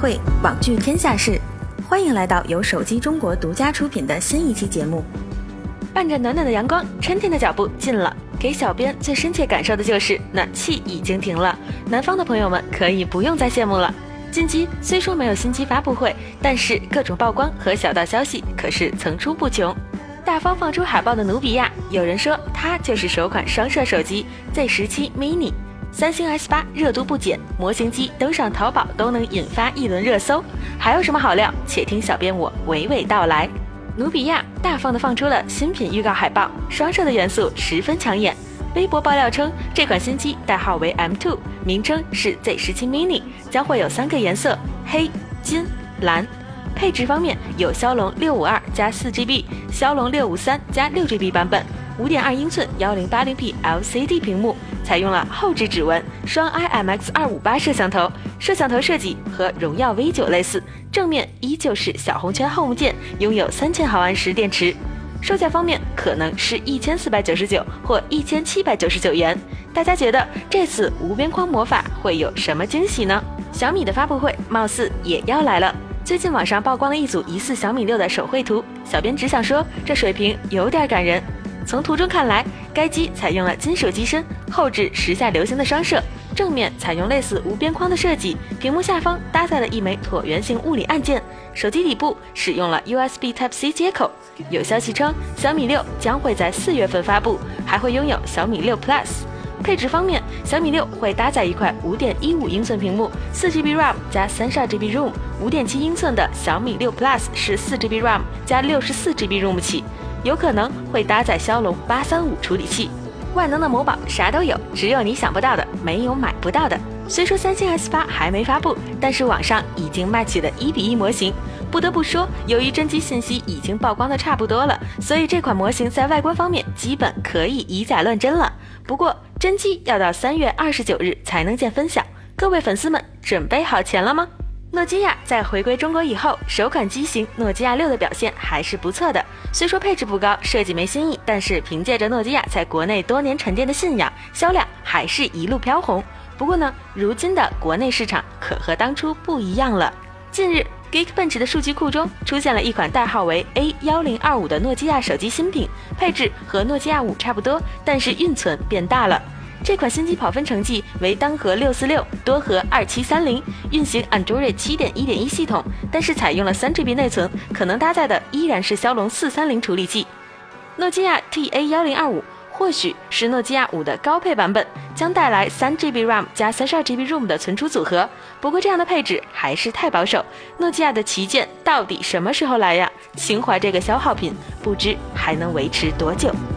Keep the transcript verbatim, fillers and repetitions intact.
会，网剧天下事，欢迎来到由手机中国独家出品的新一期节目。伴着暖暖的阳光，春天的脚步近了，给小编最深切感受的就是暖气已经停了，南方的朋友们可以不用再羡慕了。近期虽说没有新机发布会，但是各种曝光和小道消息可是层出不穷。大方放出海报的努比亚，有人说它就是首款双摄手机 Z 十七 mini。三星 S 八 热度不减，模型机登上淘宝都能引发一轮热搜，还有什么好料？且听小编我娓娓道来。努比亚大方地放出了新品预告海报，双摄的元素十分抢眼。微博爆料称，这款新机代号为 M 二， 名称是 Z 十七 mini， 将会有三个颜色：黑、金、蓝。配置方面有骁龙六五二加 四 G B、骁龙六五三加 六 G B 版本， 五点二英寸 一零八零 P L C D 屏幕，采用了后置指纹，双 I M X 二五八摄像头，摄像头设计和荣耀 V 九类似，正面依旧是小红圈 Home 键，拥有三千毫安时电池。售价方面可能是一千四百九十九或一千七百九十九元，大家觉得这次无边框魔法会有什么惊喜呢？小米的发布会貌似也要来了。最近网上曝光了一组疑似小米六的手绘图，小编只想说这水平有点感人。从图中看来，该机采用了金属机身，后置时下流行的双摄，正面采用类似无边框的设计，屏幕下方搭载了一枚椭圆形物理按键，手机底部使用了 U S B Type C 接口。有消息称，小米六将会在四月份发布，还会拥有小米六 Plus。配置方面，小米六会搭载一块 五点一五英寸屏幕， 四 G B RAM 加 三十二 G B ROM， 五点七英寸的小米六 Plus 是 四 G B RAM 加 六十四 G B ROM 起，有可能会搭载骁龙八三五处理器。万能的某宝啥都有，只有你想不到的，没有买不到的。虽说三星 S 八 还没发布，但是网上已经卖起了一比一模型。不得不说，由于真机信息已经曝光的差不多了，所以这款模型在外观方面基本可以以假乱真了。不过真机要到三月二十九日才能见分晓，各位粉丝们准备好钱了吗？诺基亚在回归中国以后，首款机型诺基亚六的表现还是不错的。虽说配置不高，设计没新意，但是凭借着诺基亚在国内多年沉淀的信仰，销量还是一路飘红。不过呢，如今的国内市场可和当初不一样了。近日Geekbench 的数据库中出现了一款代号为 A 一零二五 的诺基亚手机新品，配置和诺基亚五差不多，但是运存变大了。这款新机跑分成绩为单核六四六，多核二七三零，运行 Android 七点一点一 系统，但是采用了 三 G B 内存，可能搭载的依然是骁龙四三零处理器。诺基亚 T A 一零二五或许是诺基亚五的高配版本，将带来 三 G B RAM 加 三十二 G B ROM 的存储组合。不过这样的配置还是太保守，诺基亚的旗舰到底什么时候来呀？情怀这个消耗品，不知还能维持多久。